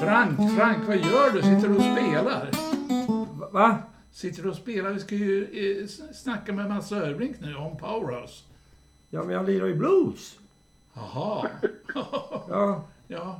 Frank, vad gör du? Sitter du och spelar? Va? Sitter du och spelar? Vi ska ju snacka med Mats Örbrink nu om Powerhouse. Ja, men jag lirar ju blues. Jaha. Ja. Ja.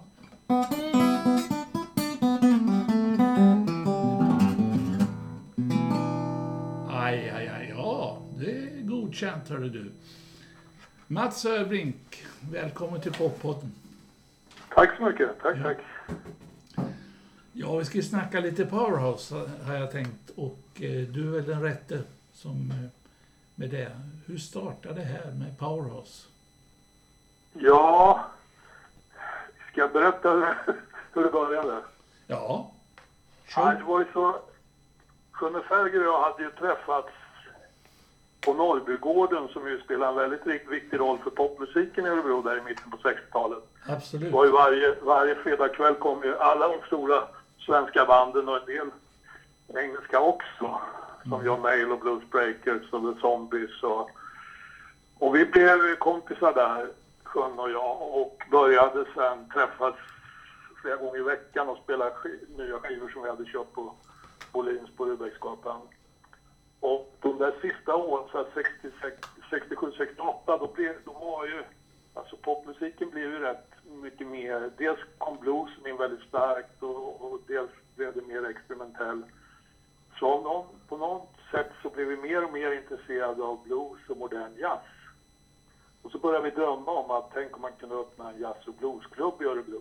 Aj, ja. Det är godkänt, hörde du. Mats Örbrink, välkommen till Poppodden. Tack så mycket, tack. Ja, vi ska snacka lite Powerhouse har jag tänkt. Och du är väl den rätte som med det. Hur startade det här med Powerhouse? Ja, ska jag berätta hur det började? Ja. Ja, det var ju så, Sjunne Färger och jag hade ju träffats på Norrbygården som ju spelar en väldigt viktig roll för popmusiken i Örebro där i mitten på 60-talet. Absolut. Det var ju varje fredagkväll kom ju alla de stora svenska banden och en del engelska också. Som John Mayall och Blues Breakers och The Zombies. Och vi blev kompisar där, Sjunne och jag, och började sen träffas flera gånger i veckan och spela nya skivor som vi hade köpt på Bolins på Rudbecksgatan. Och de där sista åren, så att 67-68, då var ju, alltså popmusiken blev ju rätt mycket mer, dels kom bluesen in väldigt starkt och dels blev det mer experimentell. Så på något sätt så blev vi mer och mer intresserade av blues och modern jazz. Och så började vi drömma om att tänk om man kunde öppna en jazz- och bluesklubb i Örebro.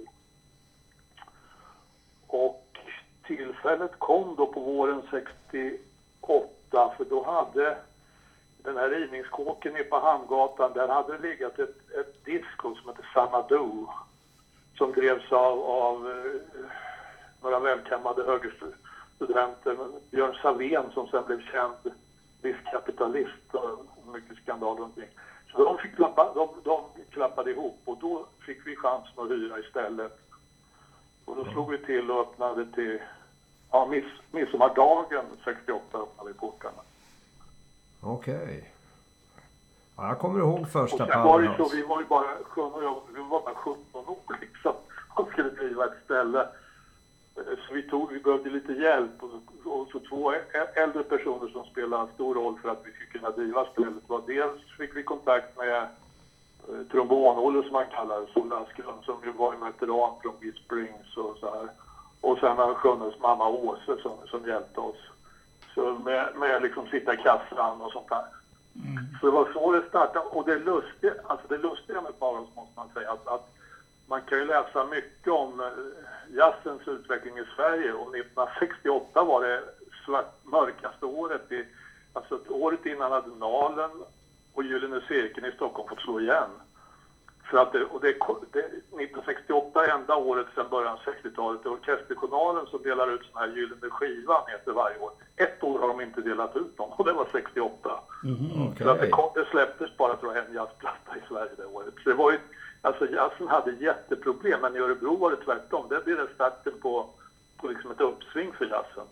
Och tillfället kom då på våren 68, för då hade den här rivningskåken nere på Hamngatan, där hade det legat ett disco som heter Sanadu, som drevs av några välkammade högerstudenter. Björn Savén som sen blev känd riskkapitalist och mycket skandal omkring. Så de klappade ihop och då fick vi chansen att hyra istället. Och då slog vi till och öppnade till midsommardagen 68 öppnade vi portarna. Okej. Ja, jag kommer ihåg första och sen var det Powerhouse. så, vi var ju bara, vi var bara 17 år liksom. Och skulle driva ett ställe. Så vi behövde lite hjälp och så två äldre personer som spelade stor roll för att vi skulle kunna driva stället. Dels fick vi kontakt med trombon-Olle som man kallar det, Sol Asklund, som ju var en veteran från Beat Springs och så här. Och sen har Sjunnes mamma Åse som hjälpte oss. Så med liksom sitta i kassan och sånt där. Så det var så det startade. Och det lustiga med Powerhouse måste man säga att man kan ju läsa mycket om jazzens utveckling i Sverige. Och 1968 var det mörkaste året. Alltså året innan hade Nalen och Gyllene Cirkeln i Stockholm fått slå igen. För att 1968 är enda året sedan början av 60-talet. Det är Orkesterjournalen som delar ut sån här gyllene skivan heter varje år. Ett år har de inte delat ut dem och det var 68. Okay. Så att det släpptes bara tror jag en jazzplatta i Sverige det året. Så det var ju, alltså jazzen hade jätteproblem, men i Örebro var det tvärtom. Det blev starten på liksom ett uppsving för jazzen.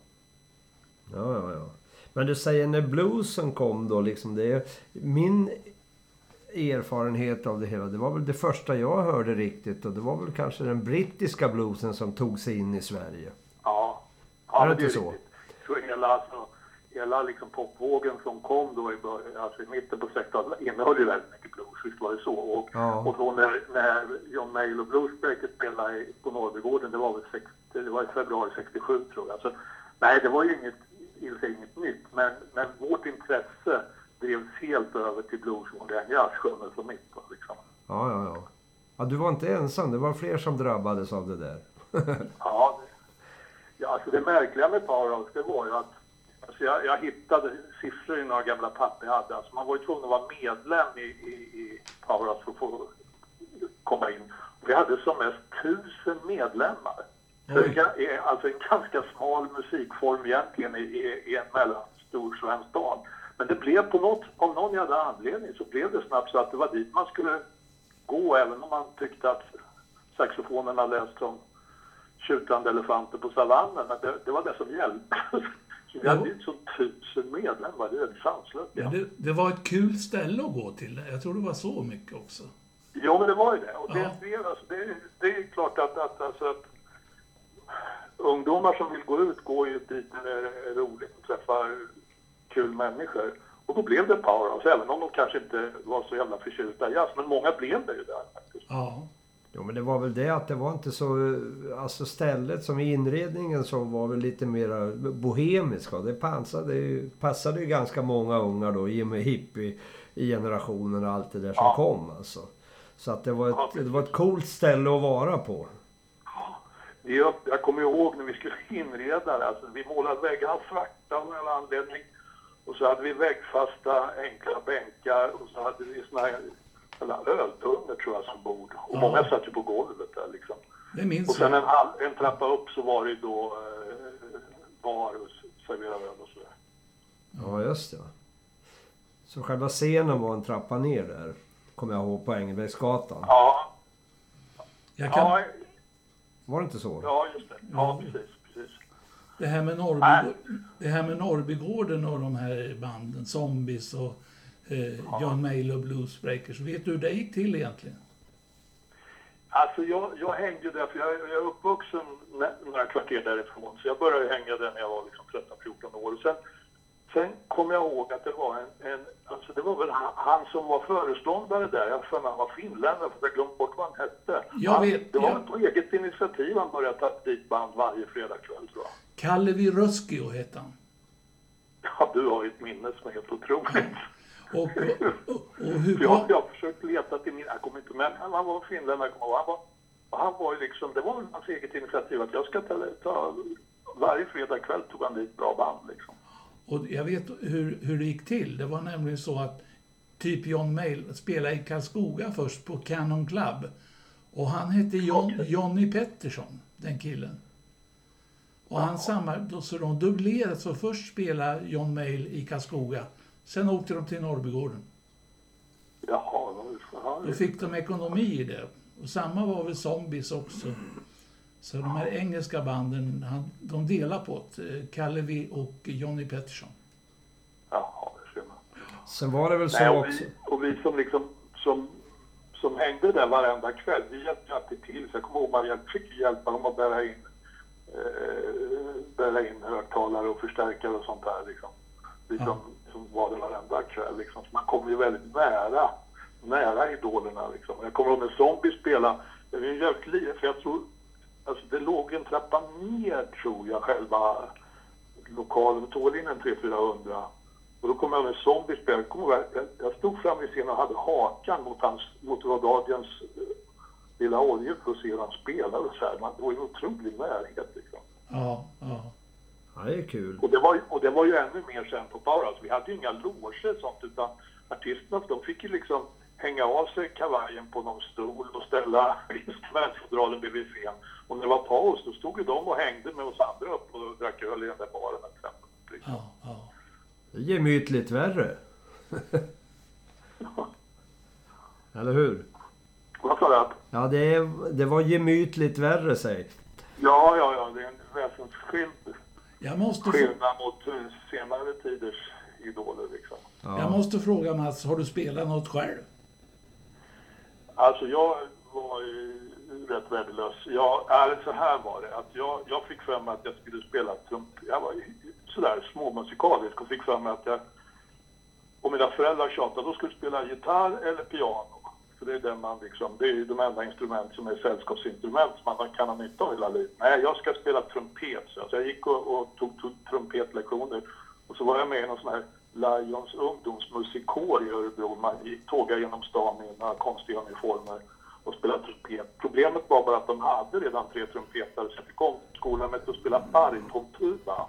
Ja. Men du säger när bluesen kom då liksom, det är min erfarenhet av det hela. Det var väl det första jag hörde riktigt och det var väl kanske den brittiska bluesen som tog sig in i Sverige. Ja är det inte så? Riktigt. Så hela liksom popvågen som kom då i mitten på 60-talet innehöll ju väldigt mycket blues, visst var det så. Och då när John Mayall och Blues Breakers spelade på Norrbygården, det var i februari 67 tror jag. Så, nej, det var ju inget nytt, men vårt intresse drevs helt över till blues och modern jazz, Sjunne som mitt liksom. Ja, du var inte ensam, det var fler som drabbades av det där. Ja, alltså det märkliga med Powerhouse, det var ju att alltså jag hittade siffror i några gamla papper jag hade. Alltså man var ju tvungen att vara medlem i Powerhouse för att få komma in. Vi hade som mest 1000 medlemmar. Så det är alltså en ganska smal musikform egentligen i en mellanstor svensk stad. Men det blev av någon jävla anledning så blev det snabbt så att det var dit man skulle gå även om man tyckte att saxofonerna läst som tjutande elefanter på savannen. Men det var det som hjälpte. Så vi hade ju som 1000 medlemmar, det är ett sanslöst. Ja. Det var ett kul ställe att gå till. Jag tror det var så mycket också. Ja, men det var ju det. Och det är klart att ungdomar som vill gå ut går ju dit när det är roligt och träffar kul människor. Och då blev det Powerhouse, även om de kanske inte var så jävla förtjusta i jazz. Men många blev det ju där faktiskt. Ja. Jo, men det var väl det att det var inte så... Alltså stället som i inredningen så var väl lite mer bohemisk. Det passade ju ganska många ungar då i och med hippie-generationen och allt det där som kom alltså. Så att det var ett coolt ställe att vara på. Jag kommer ihåg när vi skulle inreda det. Alltså, vi målade väggarna svarta av en anledning. Och så hade vi väggfasta enkla bänkar och så hade vi såna här öltunnor tror jag som bord. Och många satt ju på golvet där liksom. Det minns och sen en trappa upp så var det då bar och servera öl och sådär. Ja, just det. Så själva scenen var en trappa ner där. Kommer jag ihåg på Engelbrektsgatan. Ja. Var det inte så? Ja, just det. Ja, precis. Det här med Norrbygården och de här banden, Zombies och John Mayall och Bluesbreakers. Vet du hur det gick till egentligen? Alltså jag hängde där, för jag är uppvuxen några kvarter därifrån. Så jag började hänga där när jag var liksom 13-14 år. Och sen kom jag ihåg att det var alltså det var väl han som var föreståndare där. Jag för han var finländare, för jag glömde bort vad han hette. Det var på eget initiativ han började ta dit band varje fredagkväll tror jag. Kalle Viruskio hette han. Ja, du har ju ett minne som är helt otroligt. Och hur jag har försökt leta till min... Jag kommer inte med. Han var finländare. Han var ju liksom... Det var hans eget initiativ att jag ska ta... Varje fredag kväll tog han dit bra band liksom. Och jag vet hur det gick till. Det var nämligen så att typ John Mayall spelade i Karlskoga först på Cannon Club. Och han hette Johnny Pettersson, den killen. Och så de dubblerade. Så först spelade John Mayall i Karlskoga. Sen åkte de till Norrbygården. Jaha. Då fick de ekonomi i det. Och samma var väl Zombies också. Så de här engelska banden, de delar på det. Kalle och Johnny Pettersson. Jaha, det ser man. Sen var det väl så också. Och vi som liksom som hängde där varenda kväll, vi hjälpte alltid till. Så jag kommer ihåg man fick hjälpa dem att bära in högtalare och förstärkare och sånt där liksom. Som var det varenda kväll liksom. Så man kom ju väldigt nära idolerna liksom. Jag kommer ihåg när Zombies spelade, det var ju jävligt livet, för jag tror alltså det låg en trappa ner tror jag själva lokalen, tog in en 300-400. Och då kom jag med Zombies spelade, jag stod fram vid scenen och hade hakan mot radions lilla oljor för att se hur han spelade och så här. Det var ju en otrolig närhet liksom. Ja. Ja, det är kul. Och det var ju ännu mer sen på Powerhouse. Vi hade ju inga loger och sånt, utan artisterna, de fick ju liksom hänga av sig kavajen på någon stol och ställa instrumentfodralen bredvid scen. Och när det var paus, då stod ju de och hängde med oss andra upp och drack öl i den där baren. Liksom. Ja. Det är gemytligt värre. Eller hur? Vad sa du? Ja, det var gemytligt värre, säg. Ja, det är en väsensskild skillnad mot senare tiders idoler liksom. Ja. Jag måste fråga Mats, har du spelat något själv? Alltså jag var ju rätt värdelös. Så här var det, att jag fick för mig att jag skulle spela jag var sådär småmusikalisk och fick för mig att och mina föräldrar tjatade, då skulle spela gitarr eller piano. För det är det man liksom, det är ju de enda instrument som är sällskapsinstrument som man kan ha nytta av hela livet. Nej, jag ska spela trumpet. Så jag gick och tog trumpetlektioner. Och så var jag med i någon sån här Lions ungdomsmusikkår i Örebro. Man tågade genom stan i några konstiga uniformer och spelade trumpet. Problemet var bara att de hade redan 3 trumpetare, så jag fick om skolan med att spela barytontuba.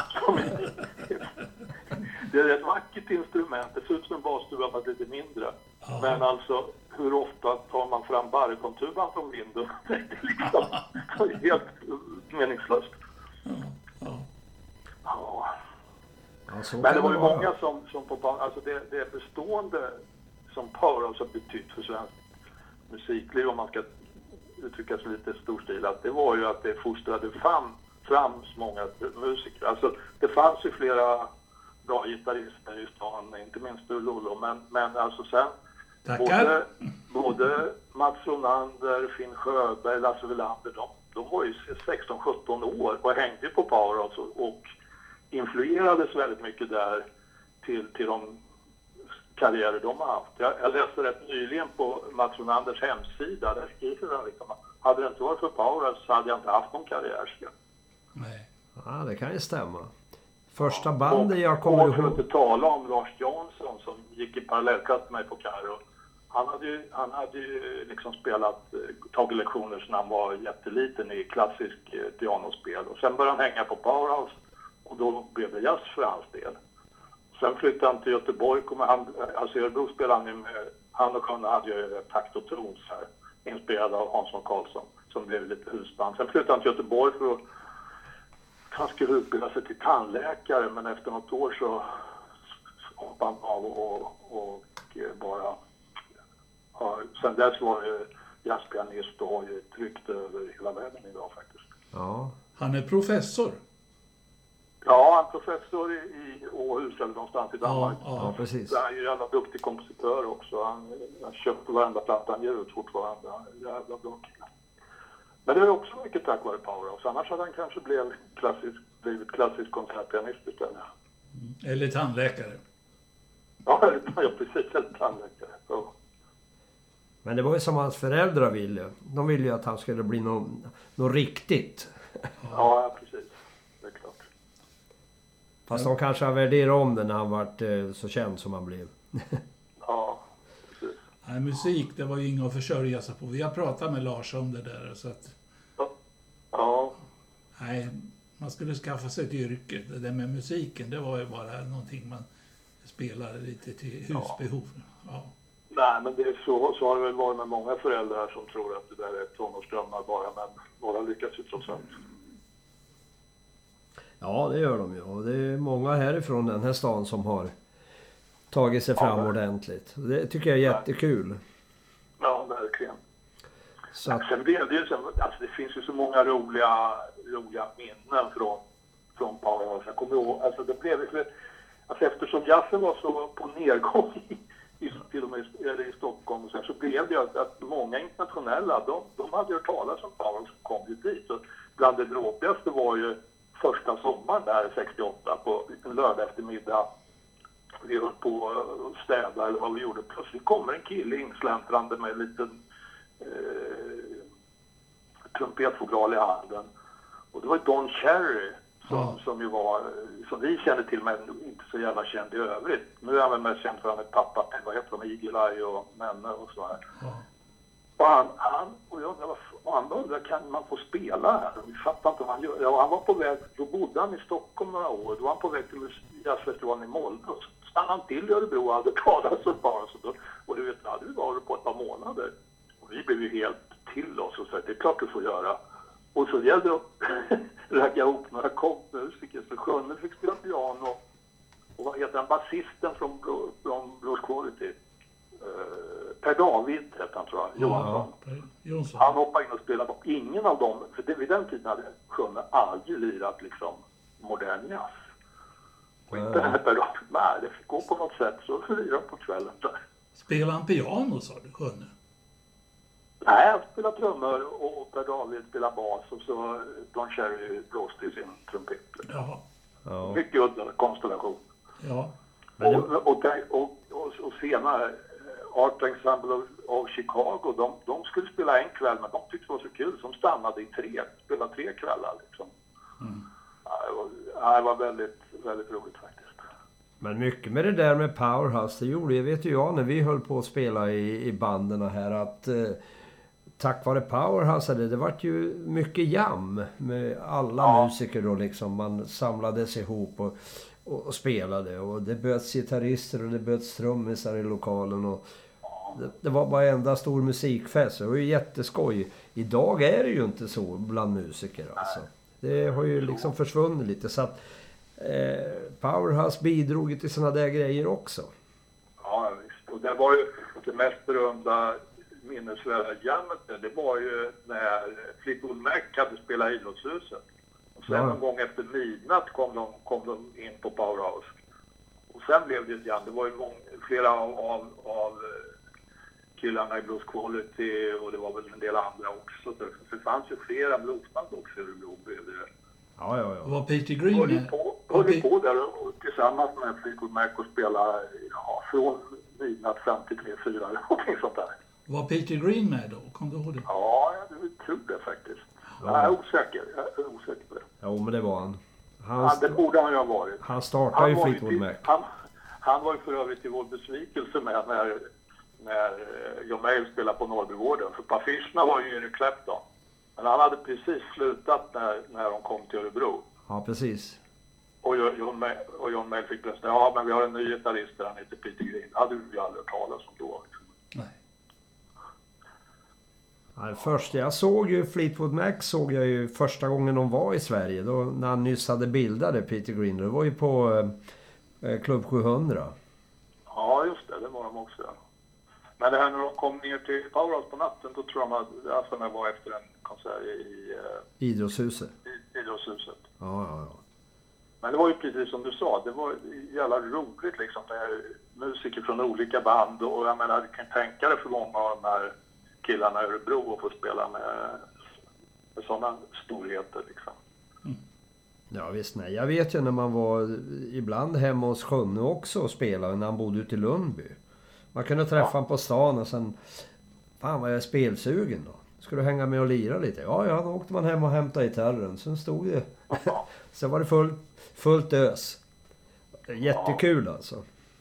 Det är ett vackert instrument. Det ser ut som en basstuba fast lite mindre. Ja. Men alltså, hur ofta tar man fram barytontuban från vinden? Det är liksom helt meningslöst. Ja. Men det var ju många som på... Alltså det bestående som Powerhouse har betytt för svensk musikliv, om man ska uttrycka sig lite storstilat, det var ju att det fostrade fram så många musiker. Alltså det fanns ju flera bra gitarrister i stan, inte minst Lolo, men alltså sen både Mats Ronander, Finn Sjöberg, Lasse Welander, de var ju 16-17 år och hängde på Powerhouse och influerades väldigt mycket där till de karriärer de har haft. Jag läste rätt nyligen på Mats Ronanders hemsida, där skriver han liksom, hade det inte varit för Powerhouse så hade jag inte haft någon karriär. Nej. Ja, det kan ju stämma. Första bandet jag kommer ihåg... Och för att inte tala om Lars Jansson som gick i parallellklass med mig på Karo. Han hade ju liksom tagit lektioner när han var jätteliten i klassisk pianospel. Och sen började han hänga på Powerhouse och då blev det jazz för hans del. Sen flyttade han till Göteborg. Alltså i Örebro spelade han ju med... Han och Sjönne hade ju Takt och Tons här. Inspirerad av Hansson Karlsson som blev lite husband. Sen flyttade han till Göteborg för att... Han skulle utbilda sig till tandläkare men efter något år så hoppade han av och bara... Ja, sen dess var det jazzpianist och har ju tryckt över hela världen idag faktiskt. Ja. Han är professor. Ja, han är professor i Åhus eller någonstans i Danmark. Ja, precis. Han är ju en jävla duktig kompositör också. Han köpte varenda platta han ger ut fortfarande. Han är en jävla bra kille. Men det är också mycket tack vare Powerhouse. Annars hade han kanske blivit klassisk konsertpianist istället. Eller tandläkare. Ja, precis. Eller tandläkare. Ja. Men det var ju som hans föräldrar ville. De ville ju att han skulle bli något riktigt. Ja, precis. Det är klart. Fast de kanske har värderat om det när han vart så känd som han blev. Ja, precis. Nej, musik, det var ju inget att försörja sig på. Vi har pratat med Lars om det där. Så att, ja. nej, man skulle skaffa sig ett yrke. Det där med musiken, det var ju bara någonting man spelade lite till husbehov. Ja. Nej, men det är så har det väl varit med många föräldrar som tror att det där är tonårsdrömmar bara, men några lyckas ju trots allt. Ja, det gör de ju. Och det är många härifrån den här stan som har tagit sig fram ordentligt. Det tycker jag är jättekul. Ja, verkligen. Så att... Sen blev det ju alltså det finns ju så många roliga minnen från Powerhouse. Jag kommer ihåg, alltså det blev alltså eftersom jazzen var så på nedgång till och med i Stockholm och så blev det ju att många internationella, de hade hört talas om Powerhouse och kom ju dit. Så bland det dråpligaste var ju första sommaren där 68 på en lördag eftermiddag. Vi höll på att städa eller vad vi gjorde. Plötsligt kommer en kille insläntrande med en liten trumpetfodral i handen. Och det var Don Cherry som ju var, som vi kände till men inte så jävla känd i övrigt. Nu är han väl mest känd för att han är pappa till, vad heter de, Eagle Eye och Menne och så här. Och han undrade, kan man få spela här? Vi fattar inte vad han gör. Ja, han var på väg, då bodde han i Stockholm några år. Då var han på väg till jazzfestivalen i Molde. Och så stannade han till i Örebro och hade talat så bara. Så då, och du vet, hade vi varit på ett par månader. Och vi blev ju helt till oss och sa, det är klart du får göra. Och så gällde det att ragga ihop några kompmusiker. Så Sjönne fick spela piano. Och vad heter han? Basisten från Blues Quality. Per David hette han, tror jag. Johansson. Han hoppade in och spelade. Ingen av dem, för vid den tiden hade Sjönne aldrig lirat liksom modern jazz. Och inte den här Per David. Nej, det fick gå på något sätt. Så lirade på kvällen där. Spelade han piano, sa du, Sjönne? Nej, han spelade trummor och Per David spelade bas och så Don Cherry blåste i sin trumpet. Ja. Mycket udda konstellation. Ja. Och senare Art Ensemble of Chicago, de skulle spela en kväll men de tyckte det var så kul som stannade i spelade 3 kvällar liksom. Det var väldigt, väldigt roligt faktiskt. Men mycket med det där med Powerhouse, det gjorde vet ju jag när vi höll på att spela i banden här att tack vare Powerhouse det vart ju mycket jam med alla musiker då liksom. Man samlades ihop och spelade och det böts gitarrister och det böts trummisar i lokalen och det var bara enda stor musikfest. Det var ju jätteskoj. Idag är det ju inte så bland musiker alltså. Det har ju liksom försvunnit lite så att Powerhouse bidrog till såna där grejer också. Ja, visst. Och det var ju det mest berömda minnesvärda jammet. Det var ju när Fleetwood Mac hade spelat i Idrottshuset. Och sen någon gång efter midnatt kom de in på Powerhouse. Och sen blev det ett jam. Det var ju flera av killarna i Blues Quality och det var väl en del andra också. Så det fanns ju flera bluesband också i Örebro. Ja. Var Peter Green med? Höll på där och tillsammans med Fleetwood Mac och spela från midnatt fram till 3-4 eller någonting sånt där. Var Peter Green med då? Kom du ihåg det? Ja, jag tror det faktiskt. Ja. Jag är osäker på det. Jo, men det var han. Det borde han ju ha varit. Han startade ju Fleetwood Mac. Han var ju för övrigt i vår besvikelse med när John Mayall spelade på Norrbrogården. För på affischerna var ju Eric Clapton. Men han hade precis slutat när de kom till Örebro. Ja, precis. Och John Mayall fick presentera, ja men vi har en ny gitarrist där, han heter Peter Green. Det hade vi aldrig hört talas om då. Nej. Ja, först jag såg ju Fleetwood Mac såg jag ju första gången de var i Sverige. Då, när han nyss hade bildade Peter Green. Det var ju på Club 700. Ja, just det var de också. Men det här när de kom ner till Powerhouse på natten, då tror jag att det var efter en konsert i Idrottshuset. Idrottshuset. Ja. Men det var ju precis som du sa, det var jävla roligt liksom med musiker från olika band och jag menar, du kan tänka dig för många av de här killarna i Örebro och få spela med sådana storheter liksom. Ja visst, nej. Jag vet ju när man var ibland hemma hos Sjönne också och spelade när han bodde ute i Lundby. Man kunde träffa honom på stan och sen, fan vad jag är spelsugen då. Ska du hänga med och lira lite? Ja, då åkte man hem och hämtade gitarren. Sen stod det, sen var det fullt ös. Jättekul alltså.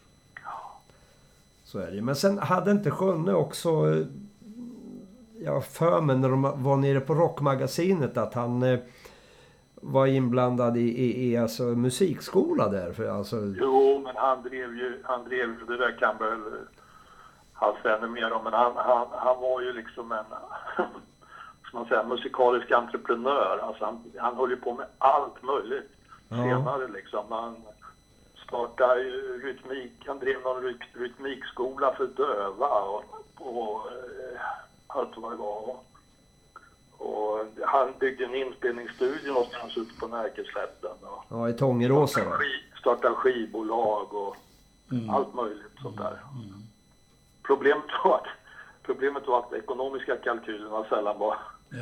Så är det. Men sen hade inte Sjönne också, jag för mig när de var nere på Rockmagasinet att han var inblandad i alltså musikskola där för alltså. Jo, men han drev ju det där kan väl han säger ännu mer om, men han var ju liksom en som man säger musikalisk entreprenör. Alltså han höll ju på med allt möjligt senare liksom. Han startade rytmik, han drev någon rytmikskola för döva och allt vad det var. Och han byggde en inspelningsstudio någonstans ute på Närkeslätten. Ja, i Tångeråsa. Startade skivbolag och allt möjligt sånt där. Problemet var att ekonomiska kalkylerna sällan var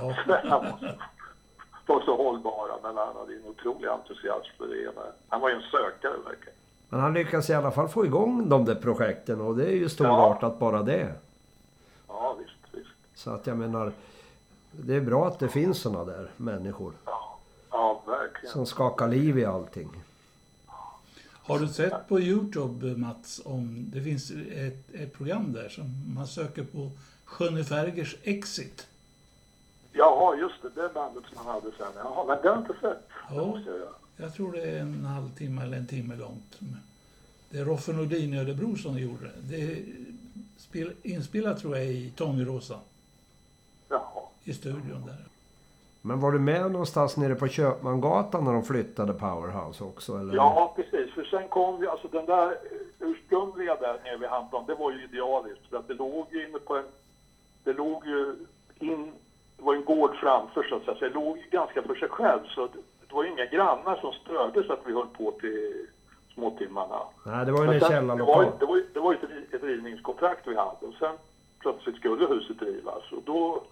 så hållbara, men han hade en otrolig entusiasm för det. Han var ju en sökare verkligen. Men han lyckas i alla fall få igång de där projekten och det är ju storartat bara det. Ja, visst. Så att jag menar, det är bra att det finns såna där människor. Ja, verkligen. Som skakar liv i allting. Har du sett på YouTube, Mats, om det finns ett program där som man söker på Schönefergers Exit? Ja, just det bandet som han hade sen. Ja, men det har jag inte sett. Ja, jag tror det är en halvtimme eller en timme långt. Det är Roffe Nordin i Örebro som gjorde det. Det är inspelat tror jag i Tångeråsa. Jaha. I studion där. Men var du med någonstans nere på Köpmangatan när de flyttade Powerhouse också? Eller? Ja, precis. För sen kom vi, alltså den där ursprungliga där nere vid Hampton, det var ju idealiskt. För att det låg ju inne på det var en gård framför så att säga. Så det låg ju ganska för sig själv. Så det var inga grannar som störde så att vi höll på till småtimmarna. Nej, det var ju en källarlokal. Det var ju ett rivningskontrakt vi hade. Och sen plötsligt skulle huset rivas. Och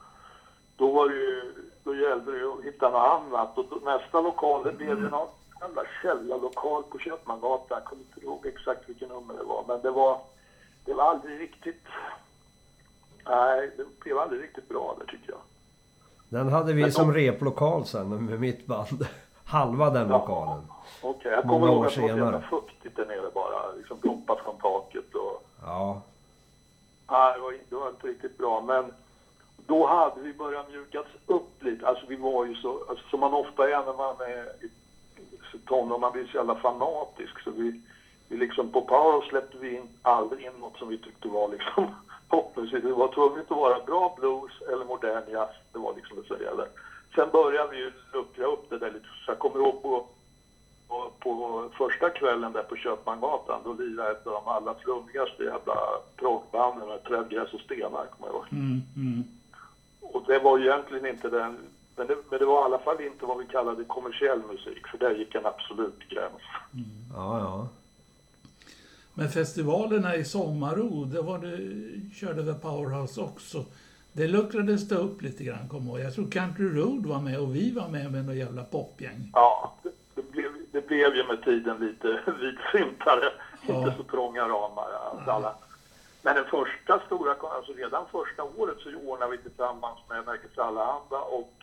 då gällde det att hitta något annat. Och nästa lokal, det blev någon jävla källarlokal på Köpmangatan. Jag kommer inte ihåg exakt vilken nummer det var. Men det var aldrig riktigt... Nej, det blev aldrig riktigt bra där tycker jag. Den hade vi som replokal sen med mitt band. Halva den lokalen. Okej, jag kommer ihåg att det var fuktigt där nere bara. Liksom droppat från taket och... Ja. Nej, det var inte riktigt bra. Men då hade vi börjat mjukats upp lite. Alltså vi var ju så... Alltså, som man ofta är när man är i tonår. Man blir så jävla fanatisk. Så vi liksom på Power släppte vi aldrig in något som vi tyckte var liksom... Hoppmusik. Det var tvunget att vara bra blues eller modern jazz. Det var liksom det så gäller. Sen började vi ju luckra upp det där lite. Så jag kommer ihåg på första kvällen där på Köpmangatan. Då lirade ett av de allra flummigaste jävla proggbanden med Trädgräs och stenar. Kommer jag ihåg. Och det var ju egentligen inte den... Men det var i alla fall inte vad vi kallade kommersiell musik. För där gick en absolut gräns. Ja. Men festivalerna i Sommaro, körde väl Powerhouse också. Det luckrades det upp lite grann, kommer jag ihåg. Jag tror Country Road var med och vi var med någon jävla popgäng. Ja, det blev ju med tiden lite vidsyntare, inte så trånga ramar. Alla. Men den första stora, alltså redan första året så ordnade vi tillsammans med Märkes Allehanda och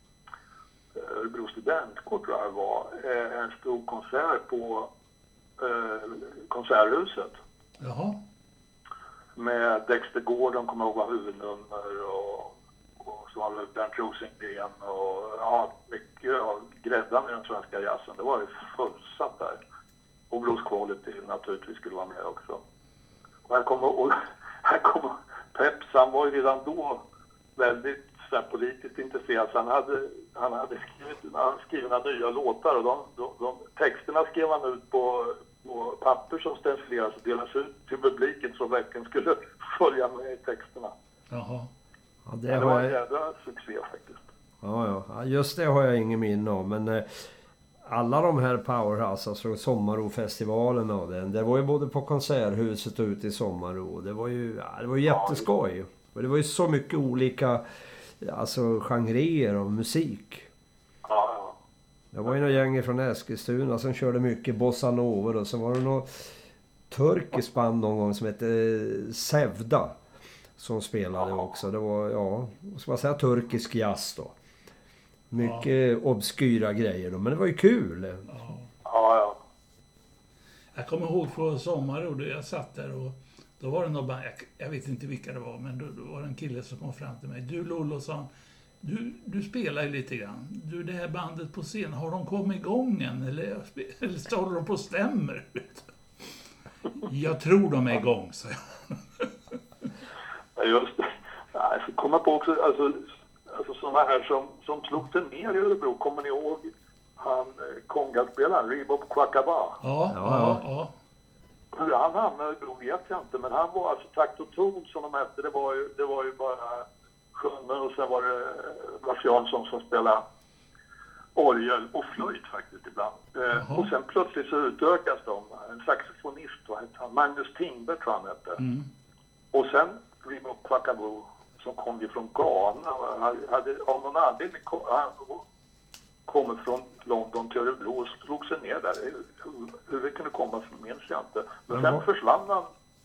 Örebro studentkår tror jag var en stor konsert på Konserthuset. Jaha. Med Dexter Gordon kommer jag ihåg var huvudnummer och så var det Bernt Rosengren och mycket av gräddan i den svenska jazzen. Det var ju fullsatt där. Och Blues Quality naturligtvis skulle vara med också. Och här kommer Peps, han var ju redan då väldigt så här, politiskt intresserad. Så han hade skrivit några nya låtar och de texterna skrev han ut på papper som stencileras och delas ut till publiken som verkligen skulle följa med i texterna. Jaha. Ja, det var en jävla succé faktiskt. Ja, just det har jag ingen minne om. Men alla de här Powerhouse, alltså Sommarro-festivalen och det var ju både på Konserthuset och ute i Sommarro. Det var ju jätteskoj. Och det var ju så mycket olika genrer av musik. Ja. Det var ju några gäng från Eskilstuna som körde mycket bossa nova och så var det något turkiskt band någon gång som hette Sevda som spelade också. Det var, ska man säga, turkisk jazz då. Mycket obskyra grejer då, men det var ju kul. Ja. Jag kommer ihåg från Sommarro, jag satt där och då var det någon band, jag vet inte vilka det var, men då var det en kille som kom fram till mig. Du Lollo, sa han, du spelar ju lite grann. Du, det här bandet på scen, har de kommit igång än? Eller står de på stämmer? Jag tror de är igång, så jag. Ja, just det. Jag ska komma på också, alltså sådana här som slog sig ner i Örebro. Kommer ni ihåg han kongaspelaren, Rebop Kwakaba? Ja. Hur han hamnade i Örebro vet jag inte, men han var alltså takt och ton som de hette. Det var ju bara sjönnen och sen var det Lars Jansson som spelade orgel och flöjt faktiskt ibland. Och sen plötsligt så utökas de. En saxofonist, vad hette han? Magnus Tingberg tror han hette. Mm. Och sen Rebop Kwakaba som kom ju från Ghana. Han hade av någon anledning kommit från London till Örebro och slog sig ner där. Hur det kunde komma så minns jag inte. Men sen försvann han.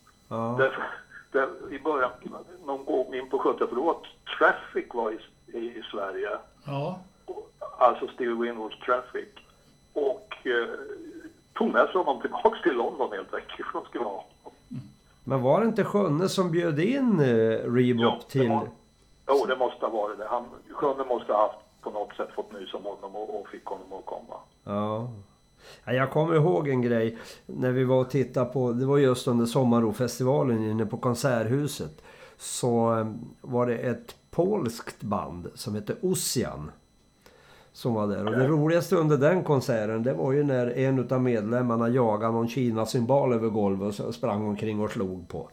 Där i början, någon gång in på 70-talet, Traffic var i Sverige. Ja. Alltså Steve Winwood's Traffic. Och tog med sig honom tillbaka till London helt enkelt. För de skulle ha. Men var det inte Sjönne som bjöd in Rebop till... Jo, det måste ha varit det. Sjönne måste ha haft på något sätt fått nys om honom och fick honom att komma. Ja. Jag kommer ihåg en grej när vi var och tittade på, det var just under Sommarro-festivalen inne på Konserthuset. Så var det ett polskt band som hette Ossian som var där. Och det roligaste under den konserten, det var ju när en av medlemmarna jagade någon Kina-symbol över golvet och sprang omkring och slog på.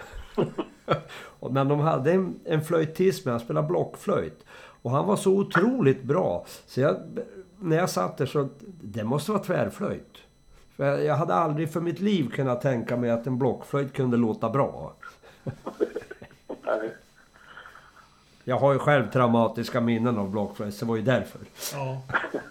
Men de hade en flöjtist med, han spelade blockflöjt. Och han var så otroligt bra. Så när jag satt där så, det måste vara tvärflöjt. För jag hade aldrig för mitt liv kunnat tänka mig att en blockflöjt kunde låta bra. Jag har ju själv traumatiska minnen av blockflöjt, så det var ju därför. Ja.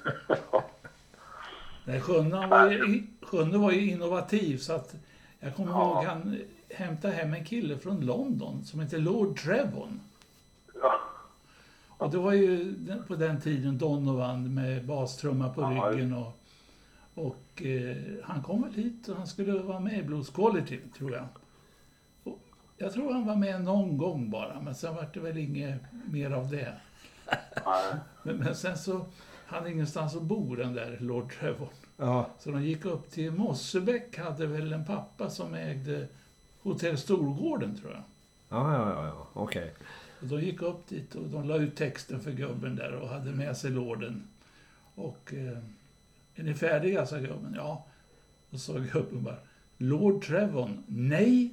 Nej, Sjönne var ju innovativ, så att jag kommer ihåg han hämtade hem en kille från London som heter Lord Trevon. Ja. Och det var ju på den tiden Donovan med bastrumma på ryggen och han kom väl hit och han skulle vara med i Blues Quality, tror jag. Och jag tror han var med någon gång bara, men sen var det väl inget mer av det. Men sen så hade ingenstans att bo, den där Lord Trevor. Ja. Så de gick upp till Mossebäck, hade väl en pappa som ägde Hotell Storgården, tror jag. Ja, okej. Och de gick upp dit och de la ut texten för gubben där och hade med sig lorden. Och är ni färdiga, sa gubben. Ja. Och så gubben bara, Lord Trevon, nej.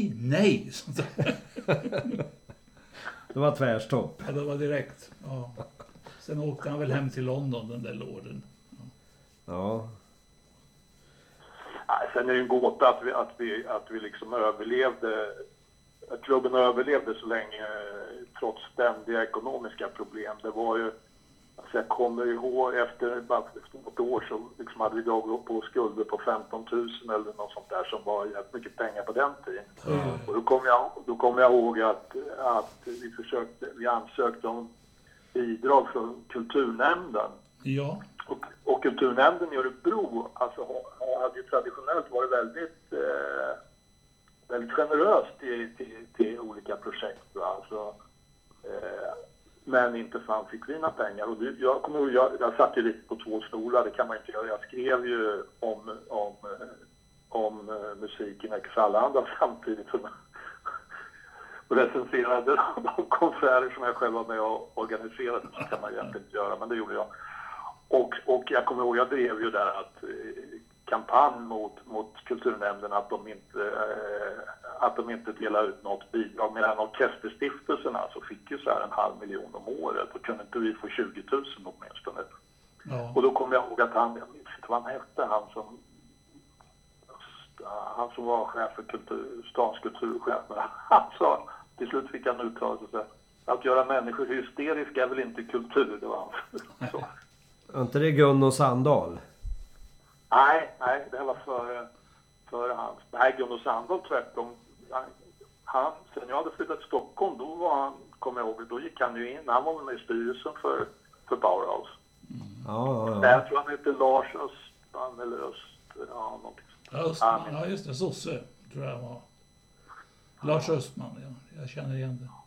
Det var tvärstopp. Ja, det var direkt. Ja. Sen åkte han väl hem till London, den där lorden. Nej, Sen är det en gåta att vi liksom överlevde, att klubben överlevde så länge trots ständiga ekonomiska problem. Det var ju, alltså jag kommer ihåg efter något år så liksom hade vi dragit på skulder på 15 000 eller något sånt där som var jävligt mycket pengar på den tiden. Och då kommer jag ihåg att vi ansökte om bidrag från kulturnämnden. Ja. Och kulturnämnden i Örebro alltså, hade ju traditionellt varit väldigt generöst till olika projekt. Alltså, men inte fan fick vi några pengar. Och jag kommer ihåg, jag satt ju lite på två stolar, det kan man inte göra. Jag skrev ju om musiken i Allehanda samtidigt som och recenserade de konserter som jag själv var med och organiserade. Så kan man egentligen inte göra, men det gjorde jag. Och jag kommer ihåg, jag drev ju där att kampanj mot kulturnämnden att de inte delar ut något bidrag. Medan orkesterstiftelserna så fick ju så här 500 000 om året och kunde inte vi få 20 000 åtminstone. Ja. Och då kommer jag ihåg att jag minns inte vad han hette, han som var chef för stans kulturchef. Han sa, till slut fick han uttala sig att göra människor hysteriska är väl inte kultur, det var han. Så. Är inte det Gunnar Sandahl? Nej, det här var före hans. Nej, Gunnar Sandahl tvärtom. Sen jag hade flyttat till Stockholm, då var han, kommer jag ihåg, då gick han ju in. Han var med i styrelsen för Powerhouse. Ja. Jag tror han heter Lars Östman eller någonting. Ja, just det. Sosse, tror jag var. Lars Östman, ja. Jag känner igen det.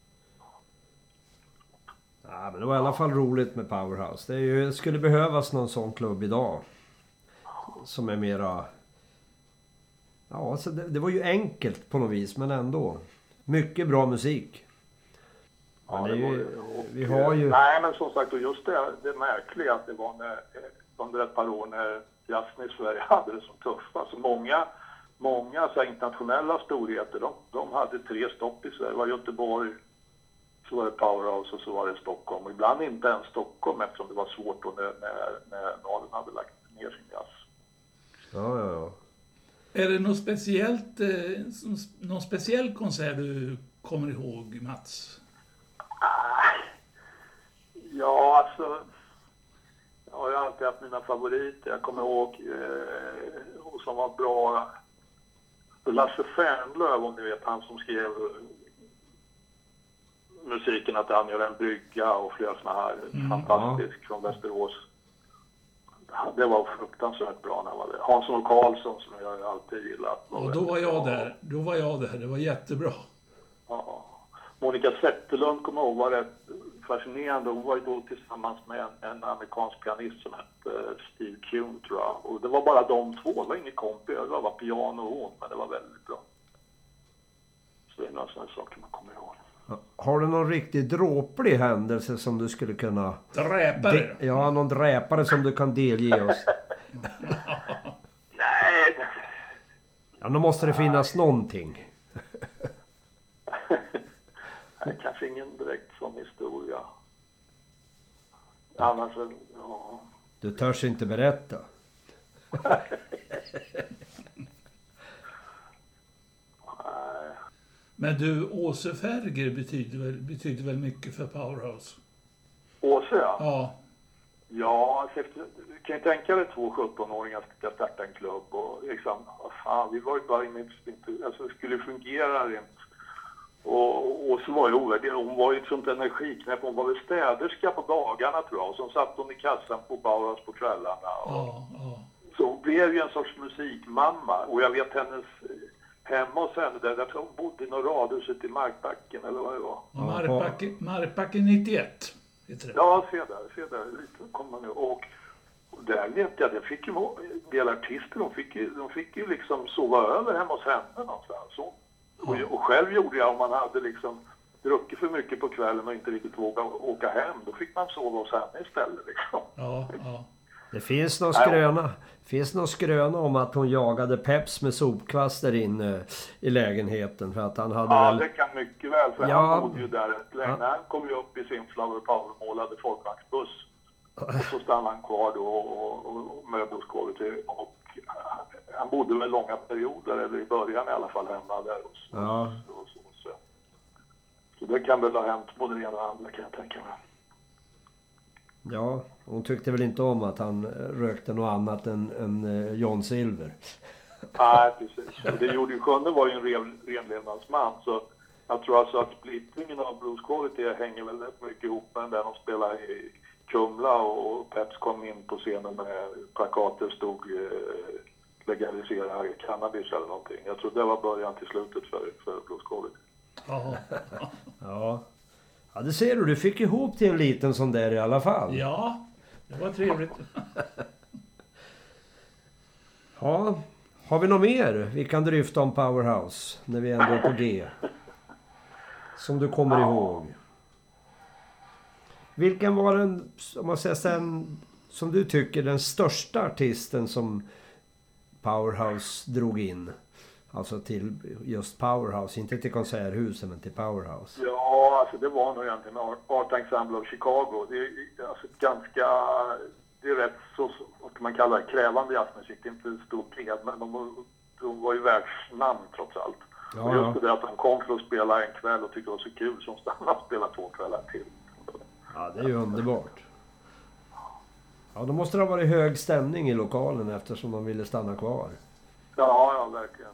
Ja, men det var i alla fall roligt med Powerhouse. Det skulle behövas någon sån klubb idag. Som är mera... Ja, alltså det var ju enkelt på något vis, men ändå. Mycket bra musik. Ja, vi har ju... Nej, men som sagt, och just det märkliga att det var under ett par år när jazzen i Sverige hade det så tufft. Alltså många så internationella storheter, de hade 3 stopp i Sverige. Det var Göteborg, så var det Powerhouse och så var det Stockholm. Och ibland inte ens Stockholm eftersom det var svårt då när Nalen hade lagt ner sin jazz. Ja. Är det någon speciell konsert du kommer ihåg, Mats? Ja, alltså... Jag har ju alltid haft mina favoriter. Jag kommer ihåg som var bra. Lasse Fernlöf, om ni vet, han som skrev musiken att han gör en brygga och flera såna här fantastisk från Västerås. Det var fruktansvärt bra när han var där. Hansson och Karlsson som jag alltid gillat. Och då var jag där. Det var jättebra. Ja. Monica Zetterlund kommer ihåg var rätt fascinerande. Hon var ju då tillsammans med en amerikansk pianist som hette Steve Kuhn, tror jag. Och det var bara de två, det var ingen kompis. Det var piano och hon, men det var väldigt bra. Så det är några sådana saker man kommer ihåg. Har du någon riktigt dråplig händelse som du skulle kunna... Dräpare? Ja, någon dräpare som du kan delge oss. Nej. Ja, då måste det finnas någonting. Nej, kanske ingen direkt sån historia. Annars, ja. Du törs inte berätta. Men du, Åse Färger betyder väl mycket för Powerhouse? Åse, ja. Ja. Ja, du kan ju tänka dig 2 17-åringar ska starta en klubb och liksom, fan, vi var ju bara inne alltså det skulle fungera rent. Och så var ju ovärderlig. Hon var ju ett sånt energiknäpp. Hon var väl städerska på dagarna, tror jag. Och så satt hon i kassan på Powerhouse på kvällarna. Ja. Så hon blev ju en sorts musikmamma. Och jag vet hennes... Hemma hos henne där, jag tror hon bodde i några radhus ute i Markbacken, eller vad det var. Markbacken 91, heter det. Ja, se där, lite kommer man nu. Och där vet jag, det fick ju en del artister, de fick ju liksom sova över hemma hos henne någonstans. Så. Och själv gjorde jag, om man hade liksom druckit för mycket på kvällen och inte riktigt vågade åka hem, då fick man sova hos henne istället liksom. Ja. Det finns någon skröna om att hon jagade Peps med sopkvastar in i lägenheten för att han hade det kan mycket väl, för han bodde ju där ett länge. Han kom ju upp i sin Flower Power-målade folkvagnsbuss och så stannade han kvar då och möbelskåret och han bodde väl långa perioder, eller i början i alla fall, hemma där. Ja. Så det kan väl ha hänt både det ena och andra, kan jag tänka mig. Ja, hon tyckte väl inte om att han rökte något annat än John Silver. Nej, precis. Och det gjorde ju Sjönne var ju en renlevnadsman, så jag tror alltså att splittringen av Blues Quality hänger väldigt mycket ihop med där de spelade i Kumla och Peps kom in på scenen med plakater stod legalisera cannabis eller någonting. Jag tror det var början till slutet för Blues Quality. Ja. Ja, det ser du fick ihop till en liten sån där i alla fall. Ja, det var trevligt. Ja, har vi något mer vi kan dryfta om Powerhouse när vi ändå är på G? Som du kommer ihåg. Vilken var den, om man säger sen, som du tycker den största artisten som Powerhouse drog in? Alltså till just Powerhouse, inte till konserthusen men till Powerhouse. Ja, alltså det var nog egentligen Art Ensemble of Chicago. Det är alltså det är rätt så, vad ska man kalla det, krävande jazzmusik. Det är inte stor bred, men de var ju världsnamn trots allt. Ja, och just det att de kom för att spela en kväll och tyckte det var så kul som stannade och spela 2 kvällar till. Ja, det är ju underbart. Ja, då måste det ha varit hög stämning i lokalen eftersom de ville stanna kvar. Ja, verkligen.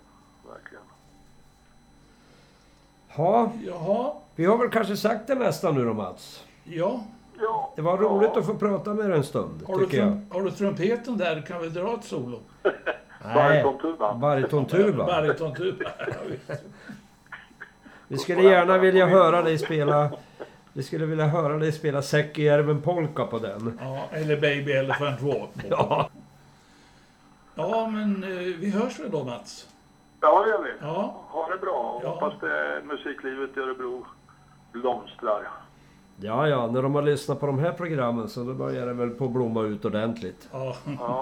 Ja, Jaha, vi har väl kanske sagt det mesta nu då, Mats. ja. Det var roligt att få prata med dig en stund, tycker jag. Har du trumpeten där? Kan vi dra ett solo? Baritontuba. Baritontuba. Baritontuba. Vi skulle gärna vilja höra dig spela... Vi skulle vilja höra dig spela Säckjärven polka på den. Ja, eller Baby Elephant Walk. Ja. Ja, men vi hörs väl då, Mats? Ja, det gör vi. Ja. Ha det bra. Ja. Hoppas det musiklivet i Örebro blomstrar. Ja, när de har lyssnat på de här programmen så då börjar det väl på att blomma ut ordentligt. Ja.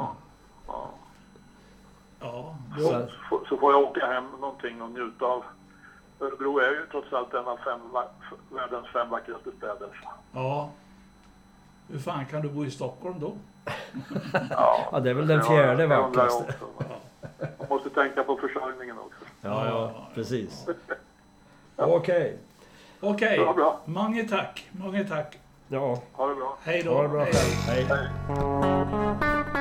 Så får jag åka hem någonting och njuta av. Örebro är ju trots allt en av världens 5 vackraste städer. Ja. Hur fan kan du bo i Stockholm då? Ja, det är väl den 4:e vackraste. Man måste tänka på försörjningen också. Ja, precis. Okej. Bra. Många tack. Ja. Ha det bra. Hej då. Ha det bra själv. Hej. Hej.